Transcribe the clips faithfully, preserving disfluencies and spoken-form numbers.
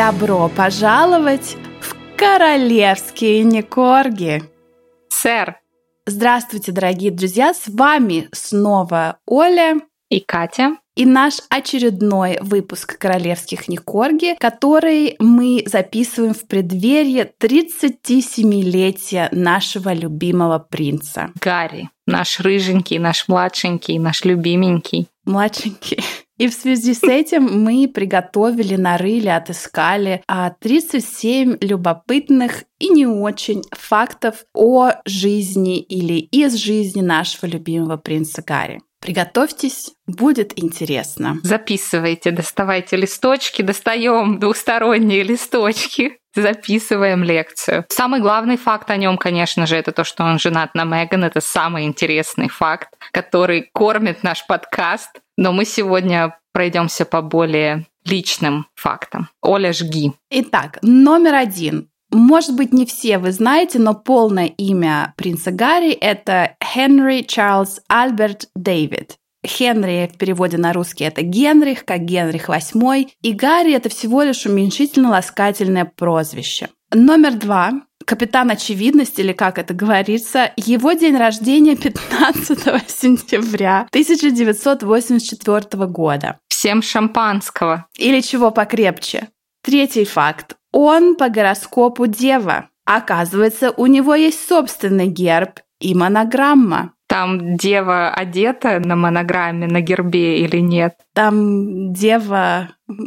Добро пожаловать в королевские некорги. Сэр. Здравствуйте, дорогие друзья, с вами снова Оля и Катя. И наш очередной выпуск «Королевских некорги», который мы записываем в преддверии тридцатисемилетия нашего любимого принца. Гарри, наш рыженький, наш младшенький, наш любименький. Младшенький. И в связи с этим мы приготовили, нарыли, отыскали тридцать семь любопытных и не очень фактов о жизни или из жизни нашего любимого принца Гарри. Приготовьтесь, будет интересно. Записывайте, доставайте листочки, достаем двухсторонние листочки, записываем лекцию. Самый главный факт о нем, конечно же, это то, что он женат на Меган. Это самый интересный факт, который кормит наш подкаст. Но мы сегодня пройдемся по более личным фактам. Оля, жги. Итак, номер один. Может быть, не все вы знаете, но полное имя принца Гарри – это Хенри Чарльз Альберт Дэвид. Хенри в переводе на русский – это Генрих, как Генрих восьмой. И Гарри – это всего лишь уменьшительно-ласкательное прозвище. Номер два. Капитан Очевидность, или как это говорится, его день рождения пятнадцатого сентября тысяча девятьсот восемьдесят четвёртого года. Всем шампанского. Или чего покрепче. Третий факт. Он по гороскопу Дева. Оказывается, у него есть собственный герб и монограмма. Там дева одета на монограмме, на гербе или нет? Там дева...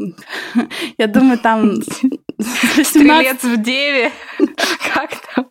Я думаю, там... Стрелец в деве? Как там?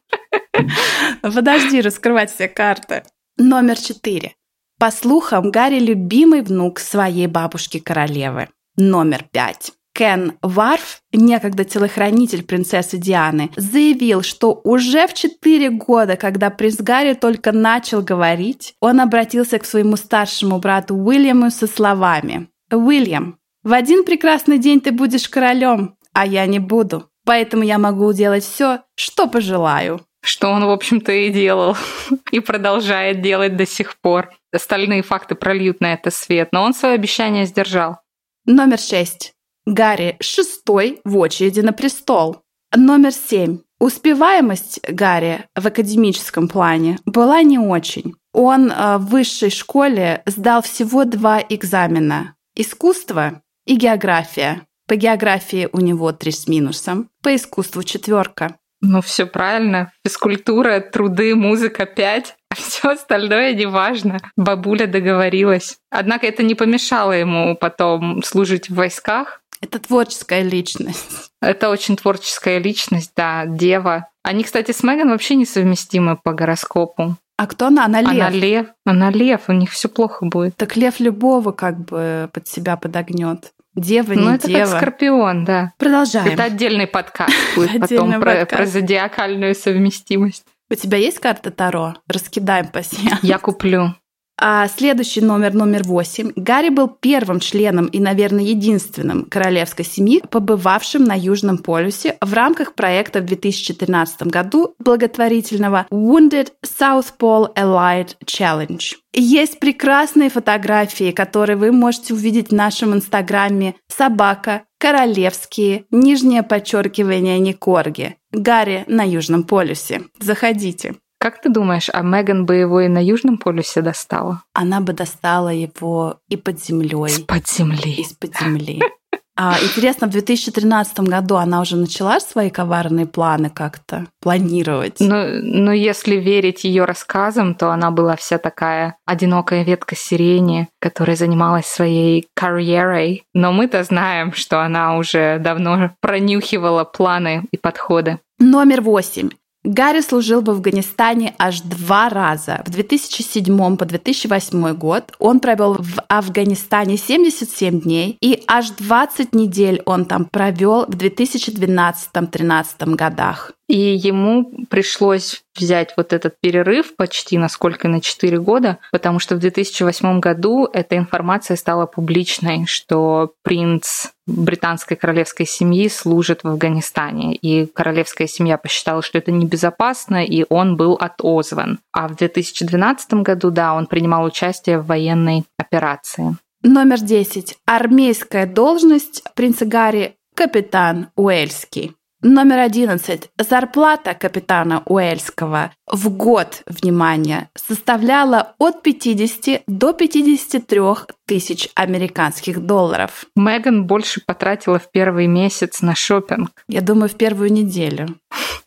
Подожди раскрывать все карты. Номер четыре. По слухам, Гарри любимый внук своей бабушки-королевы. Номер пять. Кен Варф, некогда телохранитель принцессы Дианы, заявил, что уже в четыре года, когда принц Гарри только начал говорить, он обратился к своему старшему брату Уильяму со словами: «Уильям, в один прекрасный день ты будешь королем, а я не буду, поэтому я могу делать все, что пожелаю». Что он, в общем-то, и делал, и продолжает делать до сих пор. Остальные факты прольют на это свет, но он свое обещание сдержал. Номер шесть. Гарри шестой в очереди на престол. Номер семь. Успеваемость Гарри в академическом плане была не очень. Он э, в высшей школе сдал всего два экзамена. Искусство и география. По географии у него три с минусом, по искусству четверка. Ну, все правильно. Физкультура, труды, музыка пять, а все остальное неважно. Бабуля договорилась. Однако это не помешало ему потом служить в войсках. Это творческая личность. Это очень творческая личность, да, дева. Они, кстати, с Меган вообще несовместимы по гороскопу. А кто она? Она лев. Она лев. Она лев, у них все плохо будет. Так лев любого как бы под себя подогнет. Дева, не ну, это дева. Ну, это как скорпион, да. Продолжаем. Это отдельный подкаст будет потом про, про зодиакальную совместимость. У тебя есть карта Таро? Раскидаем по всем. Я куплю. А следующий номер, номер восемь. Гарри был первым членом и, наверное, единственным королевской семьи, побывавшим на Южном полюсе в рамках проекта в две тысячи тринадцатом году благотворительного Wounded South Pole Allied Challenge. Есть прекрасные фотографии, которые вы можете увидеть в нашем инстаграме собака, королевские, нижнее подчеркивание некорги. Гарри на Южном полюсе. Заходите. Как ты думаешь, а Меган бы его и на Южном полюсе достала? Она бы достала его и под землей. Из-под земли. Из-под земли. А, интересно, в две тысячи тринадцатом году она уже начала свои коварные планы как-то планировать? Ну, ну, если верить ее рассказам, то она была вся такая одинокая ветка сирени, которая занималась своей карьерой. Но мы-то знаем, что она уже давно пронюхивала планы и подходы. Номер восемь. Гарри служил в Афганистане аж два раза. В две тысячи седьмом по две тысячи восьмой год он провел в Афганистане семьдесят семь дней, и аж двадцать недель он там провел в две тысячи двенадцатом-тринадцатом годах. И ему пришлось взять вот этот перерыв почти на сколько, на четыре года, потому что в две тысячи восьмом году эта информация стала публичной, что принц британской королевской семьи служит в Афганистане. И королевская семья посчитала, что это небезопасно, и он был отозван. А в две тысячи двенадцатом году, да, он принимал участие в военной операции. Номер десять. Армейская должность принца Гарри капитан Уэльский. Номер одиннадцать. Зарплата капитана Уэльского в год, внимание, составляла от пятидесяти до пятидесяти трёх тысяч американских долларов. Меган больше потратила в первый месяц на шопинг. Я думаю, в первую неделю.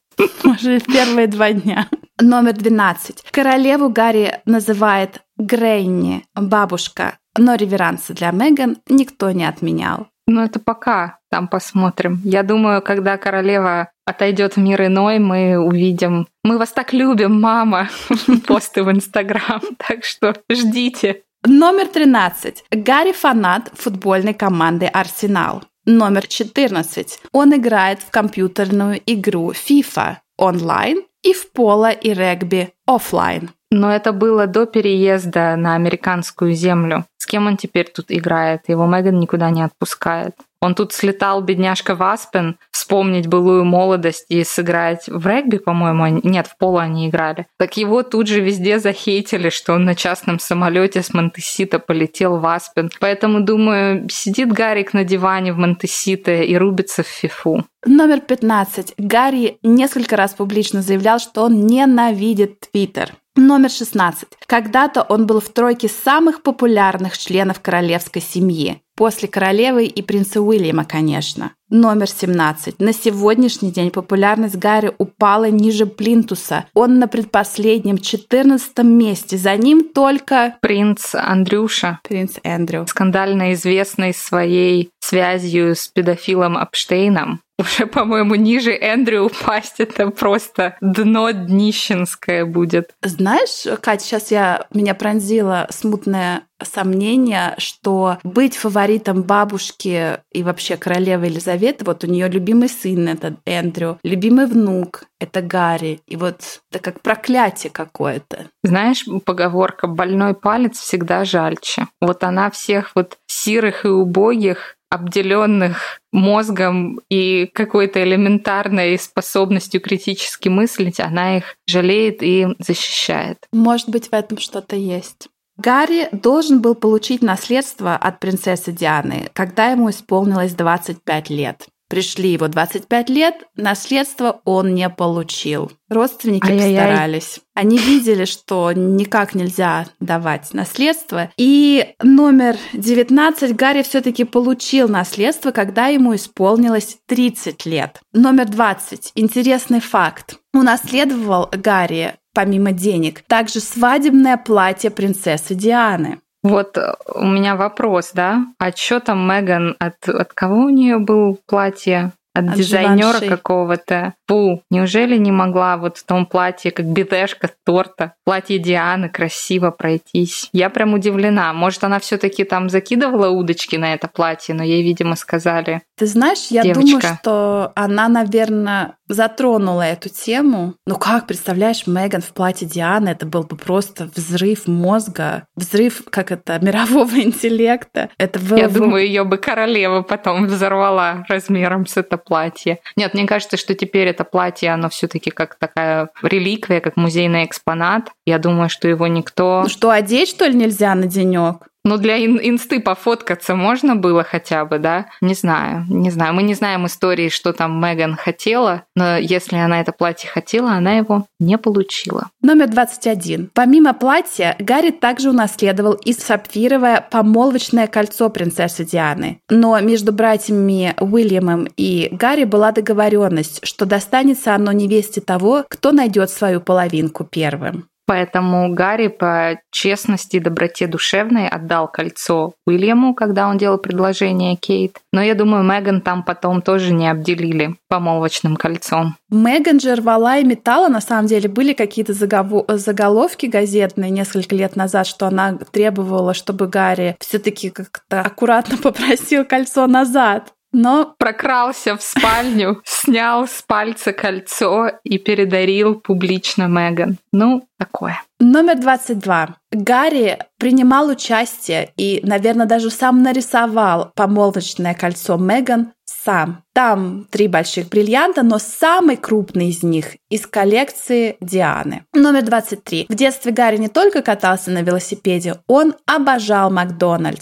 Может, в первые два дня. Номер двенадцать. Королеву Гарри называет Грэнни, бабушка, но реверансы для Меган никто не отменял. Ну, это пока. Там посмотрим. Я думаю, когда королева отойдет в мир иной, мы увидим. Мы вас так любим, мама. Посты в Инстаграм. Так что ждите. Номер тринадцать. Гарри фанат футбольной команды Арсенал. Номер четырнадцать. Он играет в компьютерную игру FIFA онлайн и в поло и регби офлайн. Но это было до переезда на американскую землю. С кем он теперь тут играет? Его Меган никуда не отпускает. Он тут слетал, бедняжка, в Аспен, вспомнить былую молодость и сыграть в регби, по-моему. Нет, в поло они играли. Так его тут же везде захейтили, что он на частном самолете с Монтесита полетел в Аспен. Поэтому, думаю, сидит Гарик на диване в Монтесите и рубится в фифу. Номер пятнадцать. Гарри несколько раз публично заявлял, что он ненавидит Твиттер. Номер шестнадцать. Когда-то он был в тройке самых популярных членов королевской семьи. После королевы и принца Уильяма, конечно. Номер семнадцать. На сегодняшний день популярность Гарри упала ниже Плинтуса. Он на предпоследнем, четырнадцатом месте. За ним только... Принц Андрюша. Принц Эндрю. Скандально известный своей связью с педофилом Эпштейном. Уже, по-моему, ниже Эндрю упасть — это просто дно днищенское будет. Знаешь, Катя, сейчас я, меня пронзило смутное сомнение, что быть фаворитом бабушки и вообще королевы Елизаветы, вот у нее любимый сын — это Эндрю, любимый внук — это Гарри, и вот это как проклятие какое-то. Знаешь, поговорка «больной палец всегда жальче». Вот она всех вот сирых и убогих, обделенных мозгом и какой-то элементарной способностью критически мыслить, она их жалеет и защищает. Может быть, в этом что-то есть. Гарри должен был получить наследство от принцессы Дианы, когда ему исполнилось двадцать пять лет. Пришли его двадцать пять лет, наследство он не получил. Родственники Ай-яй-яй. постарались. Они видели, что никак нельзя давать наследство. И номер девятнадцать. Гарри все-таки получил наследство, когда ему исполнилось тридцать лет. Номер двадцать. Интересный факт. Унаследовал Гарри, помимо денег, также свадебное платье принцессы Дианы. Вот у меня вопрос, да? А что там Меган? От, от кого у нее было платье? От, от дизайнера Живанши. Какого-то? Фу, неужели не могла вот в том платье, как бедешка торта, платье Дианы, красиво пройтись? Я прям удивлена. Может, она все-таки там закидывала удочки на это платье, но ей, видимо, сказали: Ты знаешь, я девочка. думаю, что она, наверное, затронула эту тему. Ну как, представляешь, Меган в платье Дианы, это был бы просто взрыв мозга, взрыв, как это, мирового интеллекта. Это было Я бы... думаю, ее бы королева потом взорвала размером с это платье. Нет, мне кажется, что теперь это платье, оно все-таки как такая реликвия, как музейный экспонат. Я думаю, что его никто... Ну что, одеть, что ли, нельзя на денек? Ну, для ин- инсты пофоткаться можно было хотя бы, да? Не знаю, не знаю. Мы не знаем истории, что там Меган хотела, но если она это платье хотела, она его не получила. Номер двадцать один. Помимо платья, Гарри также унаследовал и сапфировое помолвочное кольцо принцессы Дианы. Но между братьями Уильямом и Гарри была договоренность, что достанется оно невесте того, кто найдет свою половинку первым. Поэтому Гарри по честности и доброте душевной отдал кольцо Уильяму, когда он делал предложение Кейт. Но я думаю, Меган там потом тоже не обделили помолвочным кольцом. Меган же рвала и металла. На самом деле были какие-то загово- заголовки газетные несколько лет назад, что она требовала, чтобы Гарри все-таки как-то аккуратно попросил кольцо назад. Но прокрался в спальню, снял с пальца кольцо и передарил публично Меган. Ну, такое. Номер двадцать два. Гарри принимал участие и, наверное, даже сам нарисовал помолвочное кольцо Меган сам. Там три больших бриллианта, но самый крупный из них из коллекции Дианы. Номер двадцать три. В детстве Гарри не только катался на велосипеде, он обожал Макдональдс.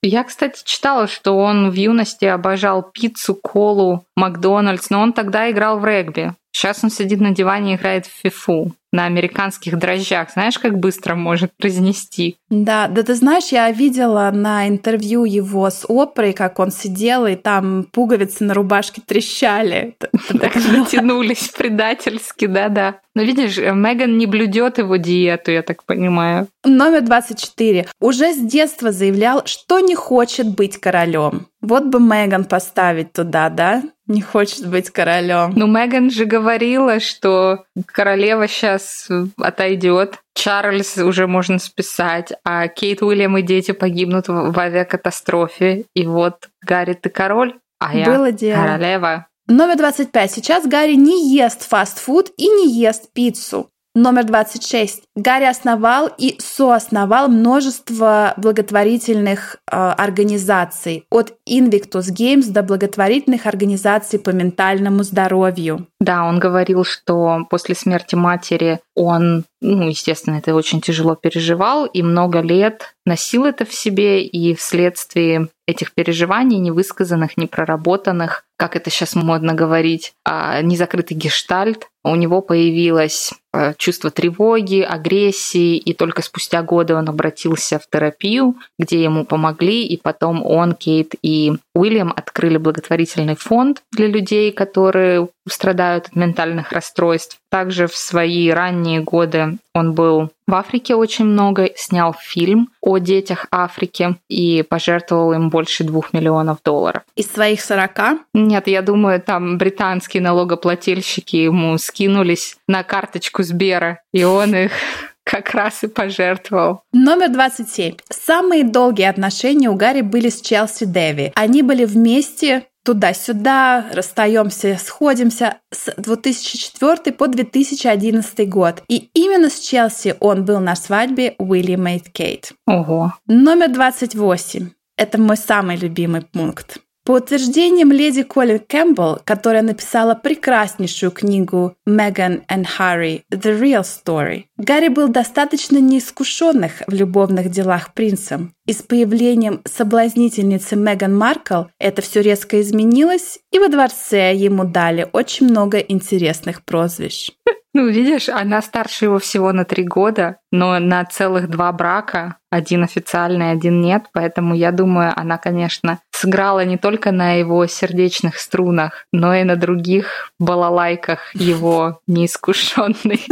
Я, кстати, читала, что он в юности обожал пиццу, колу, Макдональдс, но он тогда играл в регби. Сейчас он сидит на диване и играет в фифу на американских дрожжах. Знаешь, как быстро может разнести? Да, да ты знаешь, я видела на интервью его с Опрой, как он сидел, и там пуговицы на рубашке трещали. Так натянулись предательски, да-да. Но видишь, Меган не блюдет его диету, я так понимаю. Номер двадцать четыре. Уже с детства заявлял, что не хочет быть королем. Вот бы Меган поставить туда, да? Не хочет быть королем. Ну, Меган же говорила, что королева сейчас отойдет. Чарльз уже можно списать, а Кейт Уильям и дети погибнут в авиакатастрофе. И вот Гарри, ты король, а я Было дело. королева. Номер двадцать пять. Сейчас Гарри не ест фастфуд и не ест пиццу. Номер двадцать шесть. Гарри основал и соосновал множество благотворительных э, организаций, от Invictus Games до благотворительных организаций по ментальному здоровью. Да, он говорил, что после смерти матери он, ну, естественно, это очень тяжело переживал и много лет носил это в себе, и вследствие этих переживаний, невысказанных, непроработанных, как это сейчас модно говорить, незакрытый гештальт, у него появилось чувство тревоги, агрессии, и только спустя годы он обратился в терапию, где ему помогли, и потом он, Кейт и Уильям открыли благотворительный фонд для людей, которые страдают от ментальных расстройств. Также в свои ранние годы он был в Африке очень много, снял фильм о детях Африки и пожертвовал им больше двух миллионов долларов. Из своих сорока? Нет, я думаю, там британские налогоплательщики ему скинулись на карточку Сбера, и он их как раз и пожертвовал. Номер двадцать семь. Самые долгие отношения у Гарри были с Челси Дэви. Они были вместе туда-сюда, расстаемся, сходимся с две тысячи четвёртый по две тысячи одиннадцатый год. И именно с Челси он был на свадьбе Уильяма и Кейт. Ого. Номер двадцать восемь. Это мой самый любимый пункт. По утверждениям леди Колин Кэмпбелл, которая написала прекраснейшую книгу «Meghan and Harry. The Real Story», Гарри был достаточно неискушенных в любовных делах принцем. И с появлением соблазнительницы Меган Маркл это все резко изменилось, и во дворце ему дали очень много интересных прозвищ. Ну, видишь, она старше его всего на три года, но на целых два брака, один официальный, один нет, поэтому я думаю, она, конечно, сыграла не только на его сердечных струнах, но и на других балалайках его неискушенной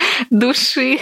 души.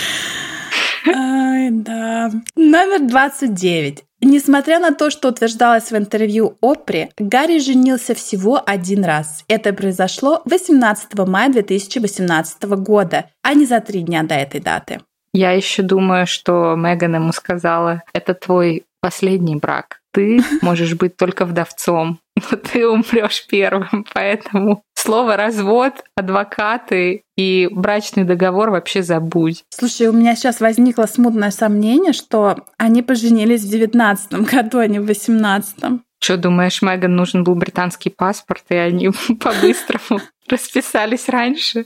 Ай, да. Номер двадцать девять. Несмотря на то, что утверждалось в интервью Опре, Гарри женился всего один раз. Это произошло восемнадцатого мая две тысячи восемнадцатого года, а не за три дня до этой даты. Я еще думаю, что Меган ему сказала: это твой последний брак. Ты можешь быть только вдовцом, но ты умрешь первым. Поэтому слово «развод», адвокаты и брачный договор вообще забудь. Слушай, у меня сейчас возникло смутное сомнение, что они поженились в девятнадцатом году, а не в восемнадцатом. Что, думаешь, Меган нужен был британский паспорт, и они по-быстрому расписались раньше?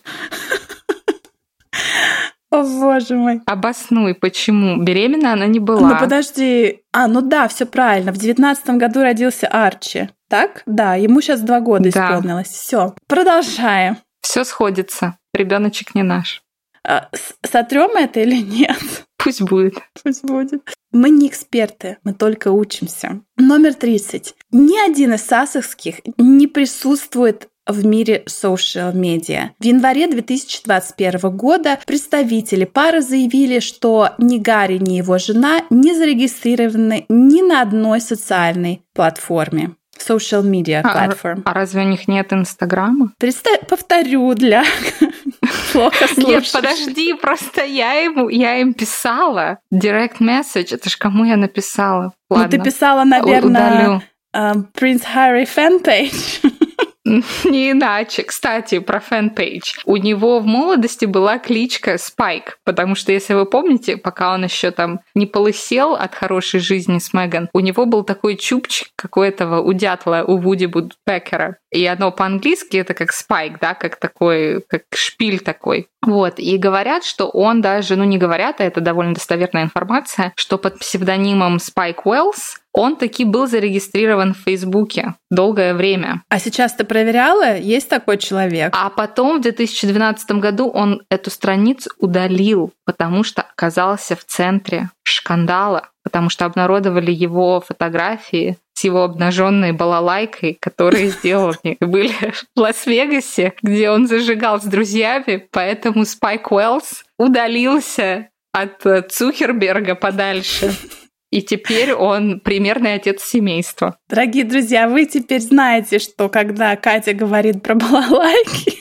О, боже мой. Обоснуй, почему? Беременна она не была. Ну, подожди. А, ну да, все правильно. В девятнадцатом году родился Арчи. Так? Да, ему сейчас два года да. исполнилось. Все. Продолжаем. Все сходится. Ребеночек не наш. А, сотрем это или нет? Пусть будет. Пусть будет. Мы не эксперты, мы только учимся. Номер тридцать. Ни один из сассекских не присутствует в мире социал-медиа. В январе две тысячи двадцать первого года представители пары заявили, что ни Гарри, ни его жена не зарегистрированы ни на одной социальной платформе. Social media platform. А, а разве у них нет Инстаграма? Представь, повторю для плохо слушающих. Нет, подожди, просто я ему, я им писала direct message. Это ж кому я написала? Ладно, ну, ты писала, наверное, uh, Prince Harry fan-page. Не иначе. Кстати, про фэн-пейдж. У него в молодости была кличка Спайк, потому что, если вы помните, пока он еще там не полысел от хорошей жизни с Меган, у него был такой чубчик, как у этого, у дятла, у Вуди Вудпекера. И оно по-английски это как Спайк, да, как такой, как шпиль такой. Вот, и говорят, что он даже, ну не говорят, а это довольно достоверная информация, что под псевдонимом Спайк Уэллс он таки был зарегистрирован в Фейсбуке долгое время. А сейчас ты проверяла, есть такой человек? А потом в две тысячи двенадцатом году он эту страницу удалил, потому что оказался в центре скандала, потому что обнародовали его фотографии с его обнаженной балалайкой, которые сделаны были в Лас-Вегасе, где он зажигал с друзьями, поэтому Спайк Уэллс удалился от Цукерберга подальше. И теперь он примерный отец семейства. Дорогие друзья, вы теперь знаете, что когда Катя говорит про балалайки...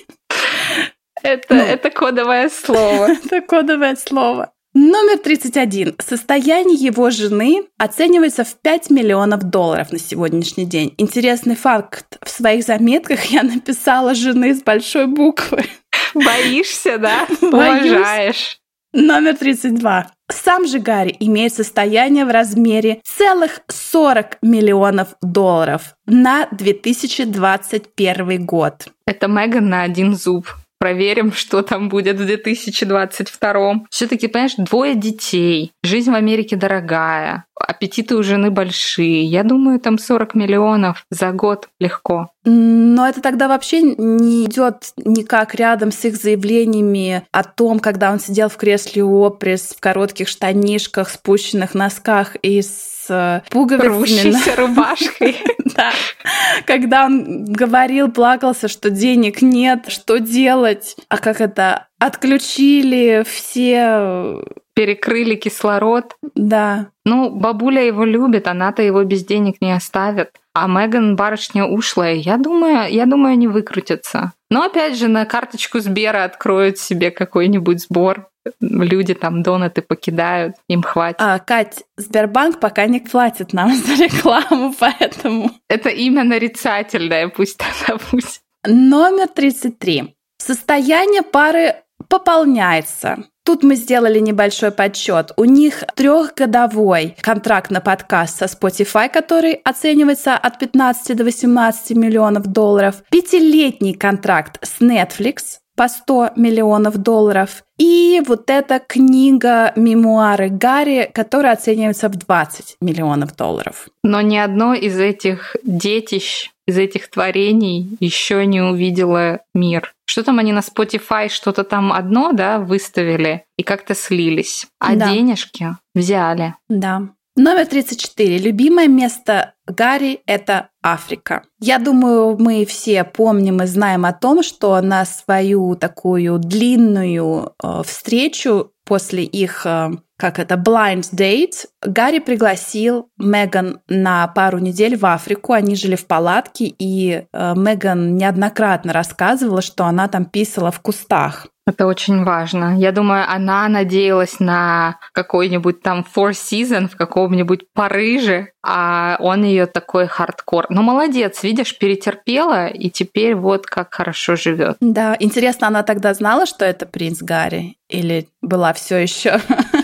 Это, ну, это кодовое слово. Это кодовое слово. Номер тридцать один. Состояние его жены оценивается в пять миллионов долларов на сегодняшний день. Интересный факт. В своих заметках я написала «жены» с большой буквы. Боишься, да? Боюсь. Уважаешь. Номер тридцать два. Сам же Гарри имеет состояние в размере целых сорок миллионов долларов на две тысячи двадцать первый год. Это Меган на один зуб. Проверим, что там будет в две тысячи двадцать втором. Все-таки, понимаешь, двое детей, жизнь в Америке дорогая, аппетиты у жены большие. Я думаю, там сорок миллионов за год легко. Но это тогда вообще не идет никак рядом с их заявлениями о том, когда он сидел в кресле Оприс в коротких штанишках, спущенных носках и с пуговицами. Рвущейся рубашкой. Да. Когда он говорил, плакался, что денег нет, что делать, а как это, отключили все... Перекрыли кислород. Да. Ну, бабуля его любит, она-то его без денег не оставит. А Меган барышня ушлая. Я думаю, я думаю, они выкрутятся. Но опять же, на карточку Сбера откроют себе какой-нибудь сбор. Люди там донаты покидают, им хватит. А, Кать, Сбербанк пока не платит нам за рекламу, поэтому... Это имя нарицательное, пусть тогда будет. Номер тридцать три. Состояние пары пополняется. Тут мы сделали небольшой подсчет. У них трехгодовой контракт на подкаст со Spotify, который оценивается от пятнадцати до восемнадцати миллионов долларов. Пятилетний контракт с Netflix по сто миллионов долларов. И вот эта книга «Мемуары Гарри», которая оценивается в двадцать миллионов долларов. Но ни одно из этих детищ, из этих творений еще не увидело мир. Что там они на Spotify, что-то там одно, да, выставили и как-то слились. А да. денежки взяли. Да. Номер тридцать четыре. Любимое место Гарри – это Африка. Я думаю, мы все помним и знаем о том, что на свою такую длинную э, встречу после их, э, как это, blind date, Гарри пригласил Меган на пару недель в Африку. Они жили в палатке, и э, Меган неоднократно рассказывала, что она там писала в кустах. Это очень важно. Я думаю, она надеялась на какой-нибудь там Four Seasons в каком-нибудь Париже, а он ее такой хардкор. Ну, молодец, видишь, перетерпела, и теперь вот как хорошо живет. Да, интересно, она тогда знала, что это принц Гарри? Или была все еще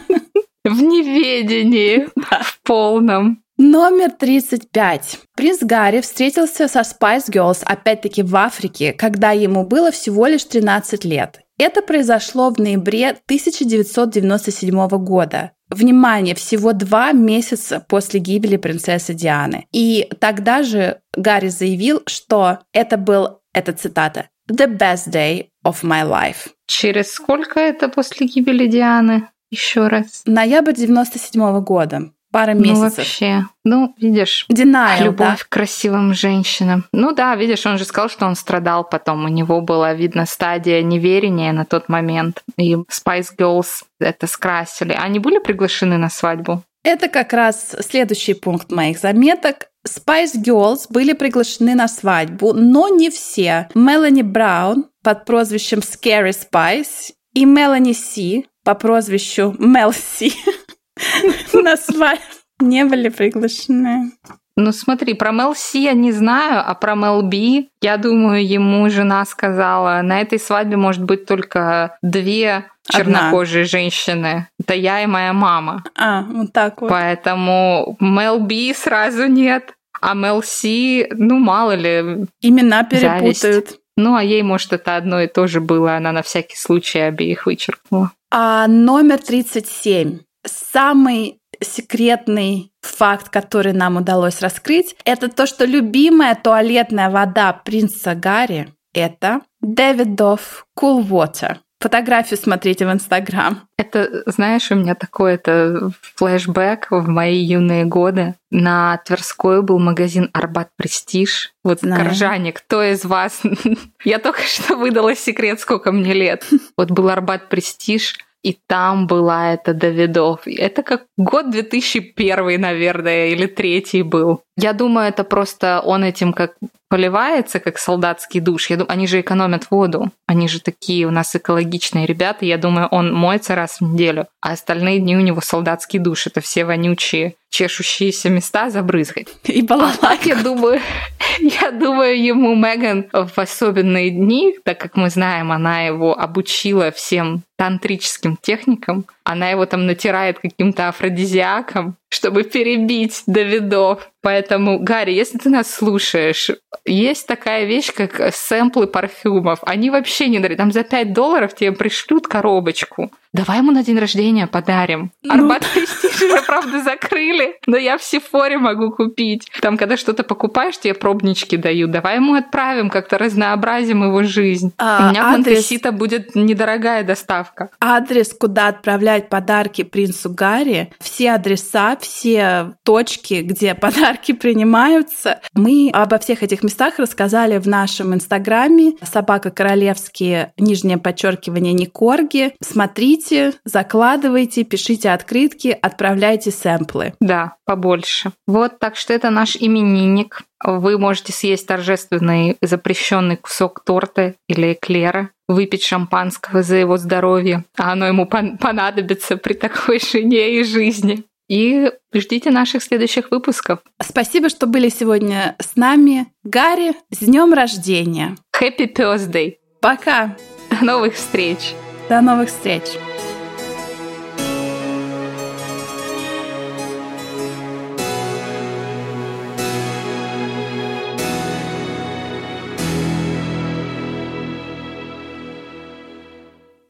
в неведении, в полном? Номер тридцать пять. Принц Гарри встретился со Spice Girls опять-таки в Африке, когда ему было всего лишь тринадцать лет. Это произошло в ноябре тысяча девятьсот девяносто седьмого года. Внимание, всего два месяца после гибели принцессы Дианы. И тогда же Гарри заявил, что это был, это цитата, «the best day of my life». Через сколько это после гибели Дианы? Еще раз. Ноябрь девяносто седьмого года. Пара месяцев. Ну, вообще. Ну, видишь, Denial, любовь да? к красивым женщинам. Ну да, видишь, он же сказал, что он страдал потом. У него была, видно, стадия неверия на тот момент. И Spice Girls это скрасили. Они были приглашены на свадьбу? Это как раз следующий пункт моих заметок. Spice Girls были приглашены на свадьбу, но не все. Мелани Браун под прозвищем Scary Spice и Мелани Си по прозвищу Мел Си на свадьбу не были приглашены. Ну смотри, про Мел Си я не знаю, а про Мел Би, я думаю, ему жена сказала, на этой свадьбе может быть только две чернокожие Одна. женщины. Это я и моя мама. А, вот так вот. Поэтому Мел Би сразу нет. А Мел Си, ну мало ли. Имена перепутают. Зависть. Ну, а ей, может, это одно и то же было, она на всякий случай обеих вычеркнула. А номер тридцать семь. Самый секретный факт, который нам удалось раскрыть, это то, что любимая туалетная вода принца Гарри – это Davidoff Cool Water. Фотографию смотрите в Инстаграм. Это, знаешь, у меня такой это флешбэк в мои юные годы. На Тверской был магазин «Арбат Престиж». Вот горожане, кто из вас... Я только что выдала секрет, сколько мне лет. Вот был «Арбат Престиж», и там была эта Davidoff. Это как год две тысячи первый, наверное, или третий был. Я думаю, это просто он этим как поливается, как солдатский душ. Я думаю, они же экономят воду. Они же такие у нас экологичные ребята. Я думаю, он моется раз в неделю, а остальные дни у него солдатский душ. Это все вонючие, чешущиеся места забрызгать. И балалайка. А так, я думаю, я думаю, ему Меган в особенные дни, так как мы знаем, она его обучила всем тантрическим техникам, она его там натирает каким-то афродизиаком, чтобы перебить Davidoff. Поэтому, Гарри, если ты нас слушаешь, есть такая вещь, как сэмплы парфюмов. Они вообще не дарят. Там за пять долларов тебе пришлют коробочку. Давай ему на день рождения подарим. Ну... Арбат Престиж уже, правда, закрыли, но я в Сефоре могу купить. Там, когда что-то покупаешь, тебе пробнички дают. Давай ему отправим, как-то разнообразим его жизнь. А, У меня адрес... в Монтесита будет недорогая доставка. Адрес, куда отправлять подарки принцу Гарри, все адреса, все точки, где подарки принимаются. Мы обо всех этих местах рассказали в нашем инстаграме собака королевские, нижнее подчеркивание, не корги. Смотрите, закладывайте, пишите открытки, отправляйте сэмплы. Да, побольше. Вот, так что это наш именинник. Вы можете съесть торжественный запрещенный кусок торта или эклера, выпить шампанского за его здоровье, а оно ему понадобится при такой жене и жизни. И ждите наших следующих выпусков. Спасибо, что были сегодня с нами. Гарри, с днем рождения! Happy Birthday! Пока! До новых встреч! До новых встреч!